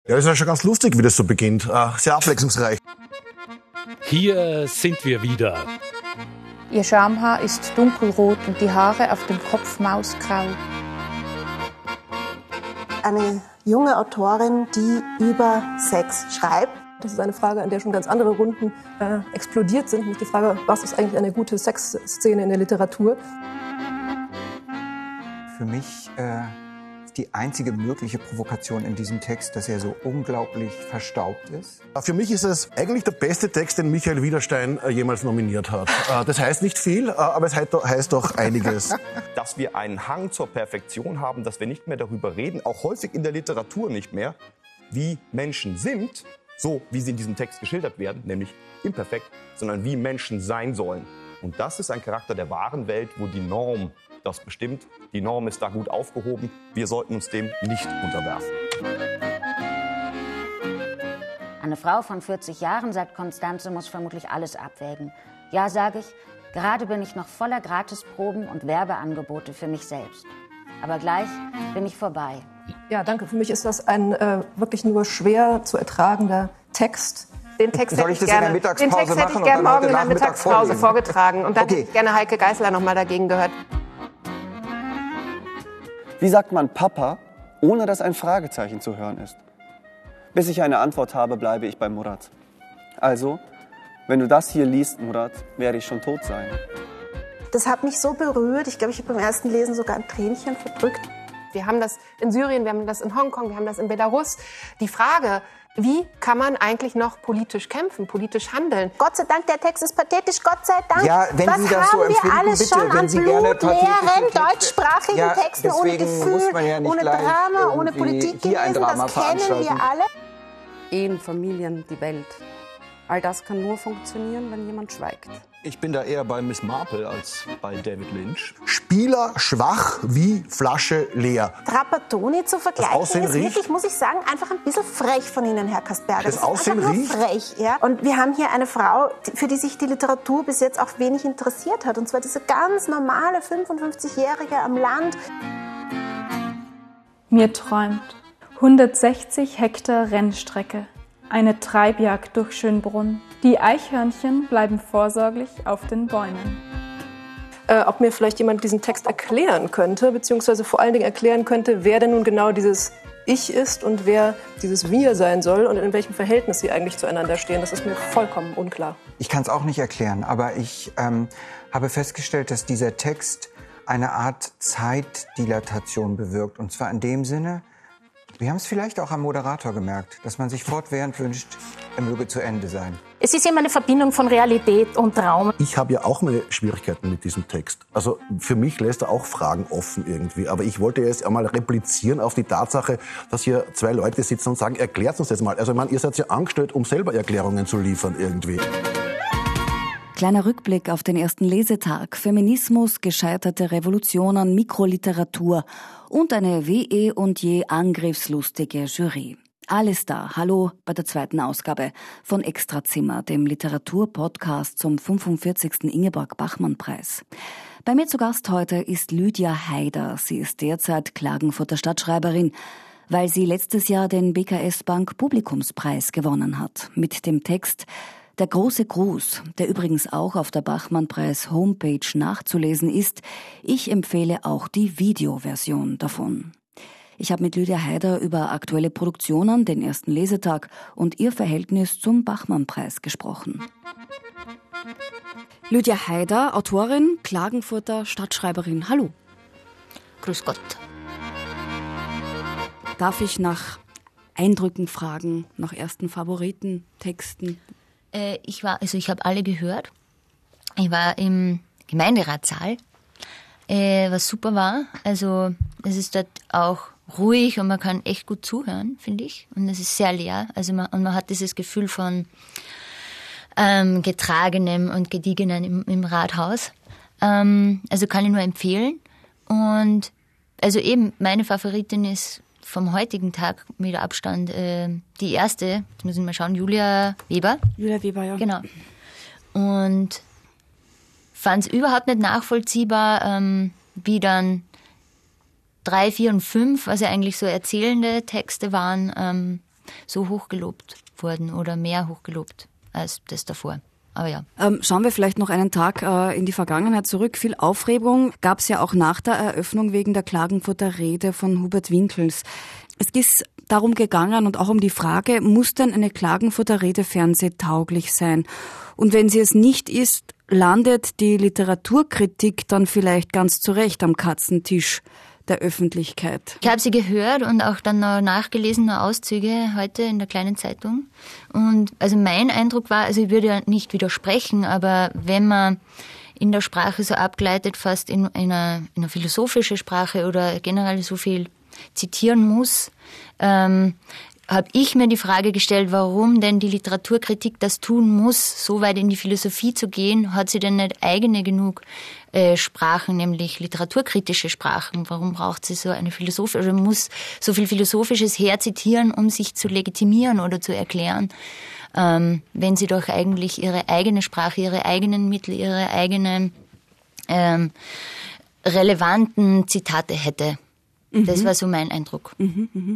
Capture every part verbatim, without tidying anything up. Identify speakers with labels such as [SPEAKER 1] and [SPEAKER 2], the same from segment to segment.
[SPEAKER 1] Ja, das ist ja schon ganz lustig, wie das so beginnt. Sehr abwechslungsreich.
[SPEAKER 2] Hier sind wir wieder.
[SPEAKER 3] Ihr Schamhaar ist dunkelrot und die Haare auf dem Kopf mausgrau.
[SPEAKER 4] Eine junge Autorin, die über Sex schreibt.
[SPEAKER 5] Das ist eine Frage, an der schon ganz andere Runden äh, explodiert sind. Nämlich die Frage, was ist eigentlich eine gute Sexszene in der Literatur?
[SPEAKER 6] Für mich äh, ist die einzige mögliche Provokation in diesem Text, dass er so unglaublich verstaubt ist.
[SPEAKER 1] Für mich ist es eigentlich der beste Text, den Michael Widerstein äh, jemals nominiert hat. Äh, das heißt nicht viel, äh, aber es heißt, heißt doch einiges.
[SPEAKER 7] Dass wir einen Hang zur Perfektion haben, dass wir nicht mehr darüber reden, auch häufig in der Literatur nicht mehr, wie Menschen sind, so wie sie in diesem Text geschildert werden, nämlich imperfekt, sondern wie Menschen sein sollen. Und das ist ein Charakter der wahren Welt, wo die Norm das bestimmt. Die Norm ist da gut aufgehoben. Wir sollten uns dem nicht unterwerfen.
[SPEAKER 8] Eine Frau von vierzig Jahren, sagt Constanze, muss vermutlich alles abwägen. Ja, sage ich, gerade bin ich noch voller Gratisproben und Werbeangebote für mich selbst. Aber gleich bin ich vorbei.
[SPEAKER 5] Ja, danke. Für mich ist das ein äh, wirklich nur schwer zu ertragender Text.
[SPEAKER 9] Den Text
[SPEAKER 6] Soll
[SPEAKER 9] hätte
[SPEAKER 6] ich
[SPEAKER 9] ich
[SPEAKER 6] das
[SPEAKER 9] gerne,
[SPEAKER 6] in der Mittagspause
[SPEAKER 9] den Text hätte ich
[SPEAKER 6] machen
[SPEAKER 9] gerne
[SPEAKER 6] und dann
[SPEAKER 9] morgen in der
[SPEAKER 6] heute Nachmittag
[SPEAKER 9] Mittagspause
[SPEAKER 6] vorlesen?
[SPEAKER 9] vorgetragen. Und dann
[SPEAKER 6] Okay.
[SPEAKER 9] hätte ich gerne Heike Geißler noch mal dagegen gehört.
[SPEAKER 10] Wie sagt man Papa, ohne dass ein Fragezeichen zu hören ist? Bis ich eine Antwort habe, bleibe ich bei Murat. Also, wenn du das hier liest, Murat, werde ich schon tot sein.
[SPEAKER 4] Das hat mich so berührt. Ich glaube, ich habe beim ersten Lesen sogar ein Tränchen verdrückt.
[SPEAKER 9] Wir haben das in Syrien, wir haben das in Hongkong, wir haben das in Belarus. Die Frage, wie kann man eigentlich noch politisch kämpfen, politisch handeln?
[SPEAKER 4] Gott sei Dank, der Text ist pathetisch, Gott sei Dank.
[SPEAKER 6] Ja, wenn
[SPEAKER 4] Was
[SPEAKER 6] Sie das so
[SPEAKER 4] haben wir
[SPEAKER 6] empfinden,
[SPEAKER 4] alles
[SPEAKER 6] bitte,
[SPEAKER 4] schon
[SPEAKER 6] wenn
[SPEAKER 4] an
[SPEAKER 6] Sie gerne
[SPEAKER 4] blutleeren,
[SPEAKER 6] pathetische Texte-
[SPEAKER 4] deutschsprachigen
[SPEAKER 6] Ja,
[SPEAKER 4] Texten ohne
[SPEAKER 6] deswegen
[SPEAKER 4] Gefühl,
[SPEAKER 6] muss man ja nicht
[SPEAKER 4] ohne
[SPEAKER 6] gleich
[SPEAKER 4] Drama, ohne
[SPEAKER 6] irgendwie
[SPEAKER 4] Politik
[SPEAKER 6] hier ein
[SPEAKER 4] gewesen.
[SPEAKER 6] Drama
[SPEAKER 4] Das kennen wir
[SPEAKER 6] veranstalten.
[SPEAKER 4] alle.
[SPEAKER 11] Ehen, Familien, die Welt. All das kann nur funktionieren, wenn jemand schweigt.
[SPEAKER 12] Ich bin da eher bei Miss Marple als bei David Lynch.
[SPEAKER 1] Spieler schwach wie Flasche leer.
[SPEAKER 4] Trapattoni zu vergleichen
[SPEAKER 1] Aussehen
[SPEAKER 4] ist
[SPEAKER 1] riecht.
[SPEAKER 4] wirklich, muss ich sagen, einfach ein bisschen frech von Ihnen, Herr Kasperger.
[SPEAKER 1] Das
[SPEAKER 4] ist
[SPEAKER 1] Aussehen
[SPEAKER 4] einfach nur
[SPEAKER 1] riecht.
[SPEAKER 4] frech. Ja? Und wir haben hier eine Frau, die- für die sich die Literatur bis jetzt auch wenig interessiert hat. Und zwar diese ganz normale fünfundfünfzigjährige am Land.
[SPEAKER 13] Mir träumt hundertsechzig Hektar Rennstrecke, eine Treibjagd durch Schönbrunn. Die Eichhörnchen bleiben vorsorglich auf den Bäumen.
[SPEAKER 5] Äh, ob mir vielleicht jemand diesen Text erklären könnte, beziehungsweise vor allen Dingen erklären könnte, wer denn nun genau dieses Ich ist und wer dieses Wir sein soll und in welchem Verhältnis sie eigentlich zueinander stehen. Das ist mir vollkommen unklar.
[SPEAKER 6] Ich kann es auch nicht erklären, aber ich ähm, habe festgestellt, dass dieser Text eine Art Zeitdilatation bewirkt. Und zwar in dem Sinne, wir haben es vielleicht auch am Moderator gemerkt, dass man sich fortwährend wünscht, er möge zu Ende sein.
[SPEAKER 3] Es ist immer eine Verbindung von Realität und Traum.
[SPEAKER 1] Ich habe ja auch meine Schwierigkeiten mit diesem Text. Also für mich lässt er auch Fragen offen irgendwie. Aber ich wollte jetzt einmal replizieren auf die Tatsache, dass hier zwei Leute sitzen und sagen, erklärt uns das mal. Also ich meine, ihr seid ja angestellt, um selber Erklärungen zu liefern irgendwie.
[SPEAKER 14] Kleiner Rückblick auf den ersten Lesetag. Feminismus, gescheiterte Revolutionen, Mikroliteratur und eine wie eh und je angriffslustige Jury. Alles da. Hallo bei der zweiten Ausgabe von Extrazimmer, dem Literaturpodcast zum fünfundvierzigsten Ingeborg-Bachmann-Preis. Bei mir zu Gast heute ist Lydia Haider. Sie ist derzeit Klagenfurter Stadtschreiberin, weil sie letztes Jahr den B K S Bank Publikumspreis gewonnen hat. Mit dem Text Der große Gruß, der übrigens auch auf der Bachmann-Preis-Homepage nachzulesen ist. Ich empfehle auch die Videoversion davon. Ich habe mit Lydia Haider über aktuelle Produktionen, den ersten Lesetag und ihr Verhältnis zum Bachmann-Preis gesprochen. Lydia Haider, Autorin, Klagenfurter Stadtschreiberin. Hallo.
[SPEAKER 15] Grüß Gott.
[SPEAKER 14] Darf ich nach Eindrücken fragen, nach ersten Favoriten, Texten?
[SPEAKER 15] Äh, ich war, also ich habe alle gehört. Ich war im Gemeinderatssaal, äh, was super war. Also es ist dort auch ruhig und man kann echt gut zuhören, finde ich. Und es ist sehr leer. Also man, und man hat dieses Gefühl von ähm, Getragenem und Gediegenem im, im Rathaus. Ähm, also kann ich nur empfehlen. Und also eben, meine Favoritin ist vom heutigen Tag mit Abstand äh, die erste, jetzt muss ich mal schauen, Julia Weber.
[SPEAKER 14] Julia Weber, ja.
[SPEAKER 15] Genau. Und fand es überhaupt nicht nachvollziehbar, ähm, wie dann drei, vier und fünf, was ja eigentlich so erzählende Texte waren, ähm, so hochgelobt worden oder mehr hochgelobt als das davor. Aber ja.
[SPEAKER 14] Ähm, schauen wir vielleicht noch einen Tag äh, in die Vergangenheit zurück. Viel Aufregung gab es ja auch nach der Eröffnung wegen der Klagenfurter Rede von Hubert Winkels. Es ist darum gegangen und auch um die Frage, muss denn eine Klagenfurter Rede fernsehtauglich sein? Und wenn sie es nicht ist, landet die Literaturkritik dann vielleicht ganz zu Recht am Katzentisch der Öffentlichkeit.
[SPEAKER 15] Ich habe sie gehört und auch dann noch nachgelesen, noch Auszüge heute in der kleinen Zeitung. Und also mein Eindruck war, also ich würde ja nicht widersprechen, aber wenn man in der Sprache so abgleitet, fast in einer, in einer philosophischen Sprache oder generell so viel zitieren muss, ähm, habe ich mir die Frage gestellt, warum denn die Literaturkritik das tun muss, so weit in die Philosophie zu gehen. Hat sie denn nicht eigene genug äh, Sprachen, nämlich literaturkritische Sprachen? Warum braucht sie so eine philosophische, oder muss so viel Philosophisches herzitieren, um sich zu legitimieren oder zu erklären, ähm, wenn sie doch eigentlich ihre eigene Sprache, ihre eigenen Mittel, ihre eigenen ähm, relevanten Zitate hätte? Das war so mein Eindruck.
[SPEAKER 14] Mhm, mhm.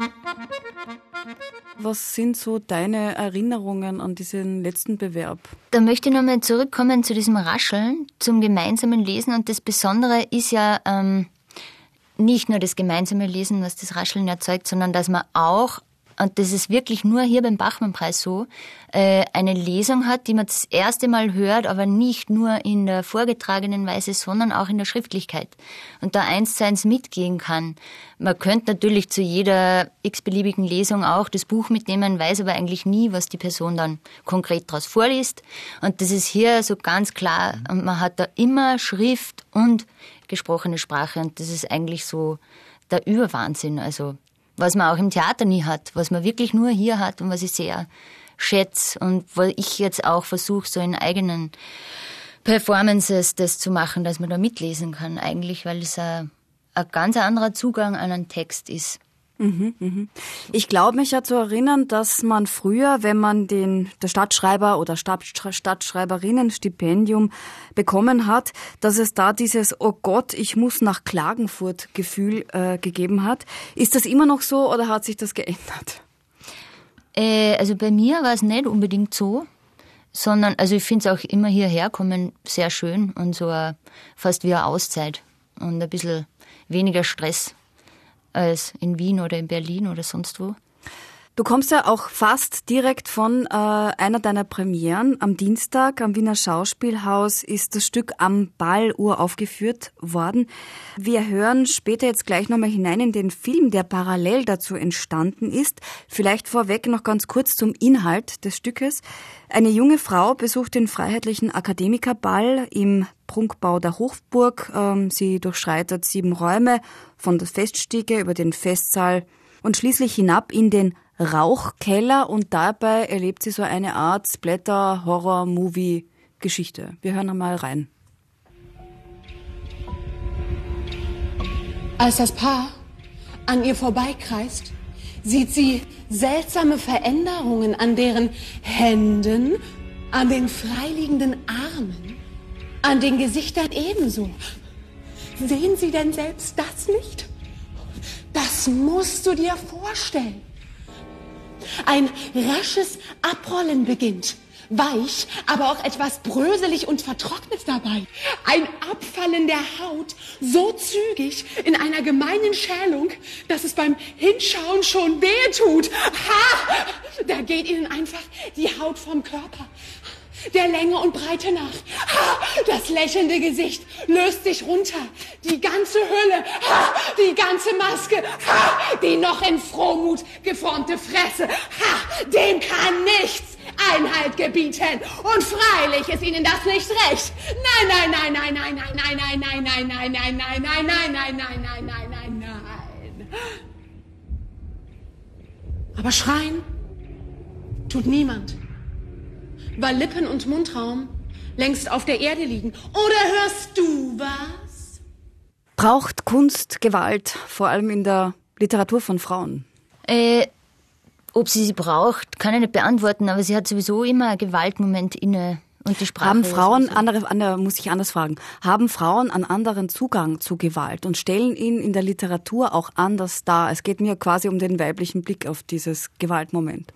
[SPEAKER 14] Was sind so deine Erinnerungen an diesen letzten Bewerb?
[SPEAKER 15] Da möchte ich nochmal zurückkommen zu diesem Rascheln, zum gemeinsamen Lesen. Und das Besondere ist ja ähm, nicht nur das gemeinsame Lesen, was das Rascheln erzeugt, sondern dass man auch, und das ist wirklich nur hier beim Bachmann-Preis so, äh, eine Lesung hat, die man das erste Mal hört, aber nicht nur in der vorgetragenen Weise, sondern auch in der Schriftlichkeit. Und da eins zu eins mitgehen kann. Man könnte natürlich zu jeder x-beliebigen Lesung auch das Buch mitnehmen, weiß aber eigentlich nie, was die Person dann konkret daraus vorliest. Und das ist hier so ganz klar. Und man hat da immer Schrift und gesprochene Sprache. Und das ist eigentlich so der Überwahnsinn. Also was man auch im Theater nie hat, was man wirklich nur hier hat und was ich sehr schätze und wo ich jetzt auch versuche, so in eigenen Performances das zu machen, dass man da mitlesen kann eigentlich, weil es ein, ein ganz anderer Zugang an einen Text ist.
[SPEAKER 14] Mhm, mhm. Ich glaube mich ja zu erinnern, dass man früher, wenn man den der Stadtschreiber oder Stadt, Stadtschreiberinnen-Stipendium bekommen hat, dass es da dieses "Oh Gott, ich muss nach Klagenfurt" Gefühl äh, gegeben hat. Ist das immer noch so oder hat sich das geändert?
[SPEAKER 15] Äh, also bei mir war es nicht unbedingt so, sondern also ich finde es auch immer hierher kommen sehr schön und so a, fast wie eine Auszeit und ein bisschen weniger Stress als in Wien oder in Berlin oder sonst wo.
[SPEAKER 14] Du kommst ja auch fast direkt von äh, einer deiner Premieren. Am Dienstag am Wiener Schauspielhaus ist das Stück Am Ball uraufgeführt worden. Wir hören später jetzt gleich nochmal hinein in den Film, der parallel dazu entstanden ist. Vielleicht vorweg noch ganz kurz zum Inhalt des Stückes. Eine junge Frau besucht den Freiheitlichen Akademikerball im Prunkbau der Hofburg. Sie durchschreitet sieben Räume, von der Feststiege über den Festsaal und schließlich hinab in den Rauchkeller, und dabei erlebt sie so eine Art Splatter-Horror-Movie-Geschichte. Wir hören einmal rein.
[SPEAKER 16] Als das Paar an ihr vorbeikreist, sieht sie seltsame Veränderungen an deren Händen, an den freiliegenden Armen, an den Gesichtern ebenso. Sehen Sie denn selbst das nicht? Das musst du dir vorstellen. Ein rasches Abrollen beginnt. Weich, aber auch etwas bröselig und vertrocknet dabei. Ein Abfallen der Haut so zügig in einer gemeinen Schälung, dass es beim Hinschauen schon wehtut. Ha! Da geht ihnen einfach die Haut vom Körper der Länge und Breite nach. Ha! Das lächelnde Gesicht löst sich runter. Die ganze Hülle, ha! Die ganze Maske, ha! Die noch in Frohmut geformte Fresse. Ha! Dem kann nichts Einhalt gebieten. Und freilich ist Ihnen das nicht recht. Nein, nein, nein, nein, nein, nein, nein, nein, nein, nein, nein, nein, nein, nein, nein, nein, nein, nein, nein, nein. Aber schreien tut niemand, weil Lippen und Mundraum längst auf der Erde liegen. Oder hörst du was?
[SPEAKER 14] Braucht Kunst Gewalt, vor allem in der Literatur von Frauen?
[SPEAKER 15] Äh, ob sie sie braucht, kann ich nicht beantworten, aber sie hat sowieso immer einen Gewaltmoment inne. Und die Sprache
[SPEAKER 14] haben Frauen,
[SPEAKER 15] so.
[SPEAKER 14] andere, andere, muss ich anders fragen, haben Frauen einen anderen Zugang zu Gewalt und stellen ihn in der Literatur auch anders dar? Es geht mir quasi um den weiblichen Blick auf dieses Gewaltmoment.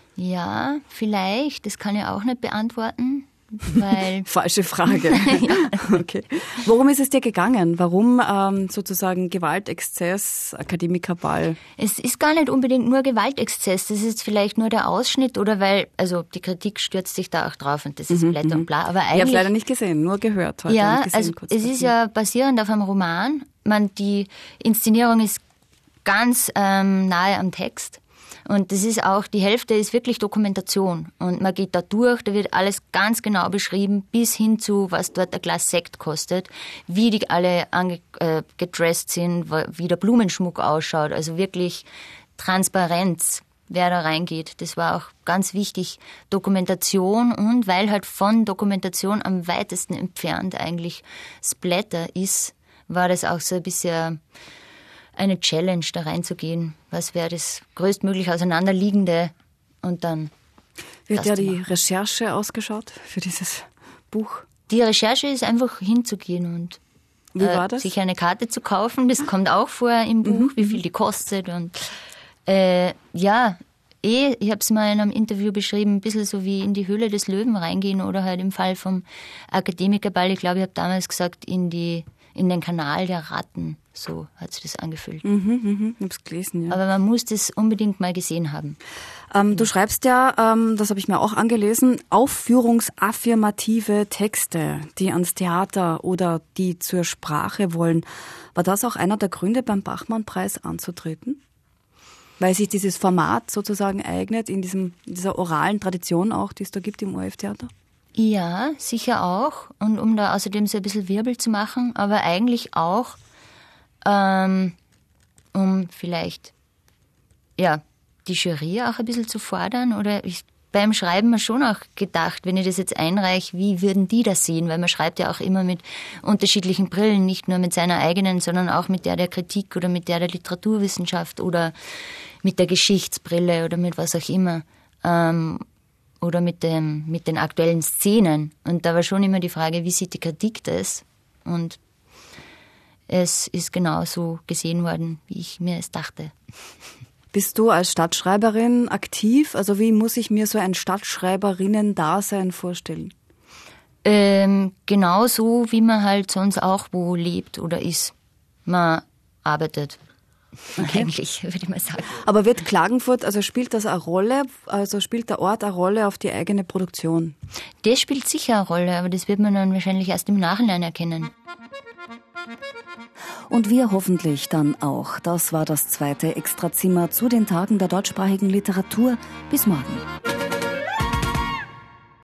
[SPEAKER 15] Ja, vielleicht. Das kann ich auch nicht beantworten. Weil
[SPEAKER 14] Falsche Frage. Ja. Okay. Worum ist es dir gegangen? Warum ähm, sozusagen Gewaltexzess, Akademikerball?
[SPEAKER 15] Es ist gar nicht unbedingt nur Gewaltexzess, das ist vielleicht nur der Ausschnitt oder weil, also die Kritik stürzt sich da auch drauf und das ist
[SPEAKER 14] Mhm,
[SPEAKER 15] Blätter
[SPEAKER 14] mhm.
[SPEAKER 15] und bla. Aber
[SPEAKER 14] Ich
[SPEAKER 15] eigentlich,
[SPEAKER 14] habe leider nicht gesehen, nur gehört heute.
[SPEAKER 15] ja,
[SPEAKER 14] und gesehen,
[SPEAKER 15] also
[SPEAKER 14] kurz
[SPEAKER 15] es
[SPEAKER 14] davon.
[SPEAKER 15] ist ja basierend auf einem Roman. Man, die Inszenierung ist ganz ähm, nahe am Text. Und das ist auch, die Hälfte ist wirklich Dokumentation. Und man geht da durch, da wird alles ganz genau beschrieben, bis hin zu, was dort ein Glas Sekt kostet, wie die alle ange, äh, gedresst sind, wie der Blumenschmuck ausschaut. Also wirklich Transparenz, wer da reingeht. Das war auch ganz wichtig. Dokumentation und weil halt von Dokumentation am weitesten entfernt eigentlich Splatter ist, war das auch so ein bisschen eine Challenge, da reinzugehen. Was wäre das größtmöglich Auseinanderliegende? Und dann
[SPEAKER 14] Wie hat ja die Recherche ausgeschaut für dieses Buch?
[SPEAKER 15] Die Recherche ist einfach hinzugehen und
[SPEAKER 14] Wie war das?
[SPEAKER 15] sich eine Karte zu kaufen. Das kommt auch vor im Buch,
[SPEAKER 14] Mhm.
[SPEAKER 15] wie viel die kostet. Und äh, ja, eh, ich habe es mal in einem Interview beschrieben, ein bisschen so wie in die Höhle des Löwen reingehen oder halt im Fall vom Akademikerball. Ich glaube, ich habe damals gesagt, in die in den Kanal der Ratten. So hat sich das angefühlt.
[SPEAKER 14] Mhm, mhm, ich habe es gelesen, ja.
[SPEAKER 15] Aber man muss das unbedingt mal gesehen haben.
[SPEAKER 14] Ähm, du schreibst ja, ähm, das habe ich mir auch angelesen, aufführungsaffirmative Texte, die ans Theater oder die zur Sprache wollen. War das auch einer der Gründe, beim Bachmann-Preis anzutreten? Weil sich dieses Format sozusagen eignet, in, diesem, in dieser oralen Tradition auch, die es da gibt im O R F-Theater?
[SPEAKER 15] Ja, sicher auch. Und um da außerdem so ein bisschen Wirbel zu machen, aber eigentlich auch, ähm, um vielleicht, ja, die Jury auch ein bisschen zu fordern. Oder ich, beim Schreiben mir schon auch gedacht, wenn ich das jetzt einreiche, wie würden die das sehen? Weil man schreibt ja auch immer mit unterschiedlichen Brillen, nicht nur mit seiner eigenen, sondern auch mit der der Kritik oder mit der der Literaturwissenschaft oder mit der Geschichtsbrille oder mit was auch immer. Ähm, oder mit, dem, mit den aktuellen Szenen. Und da war schon immer die Frage, wie sieht die Kritik das? Und es ist genauso gesehen worden, wie ich mir es dachte.
[SPEAKER 14] Bist du als Stadtschreiberin aktiv? Also wie muss ich mir so ein Stadtschreiberinnen-Dasein vorstellen?
[SPEAKER 15] Ähm, genauso, wie man halt sonst auch wo lebt oder ist. Man arbeitet. Okay. Eigentlich, würde ich mal sagen.
[SPEAKER 14] Aber wird Klagenfurt, also spielt das eine Rolle, also spielt der Ort eine Rolle auf die eigene Produktion?
[SPEAKER 15] Das spielt sicher eine Rolle, aber das wird man dann wahrscheinlich erst im Nachhinein erkennen.
[SPEAKER 14] Und wir hoffentlich dann auch. Das war das zweite Extrazimmer zu den Tagen der deutschsprachigen Literatur. Bis morgen.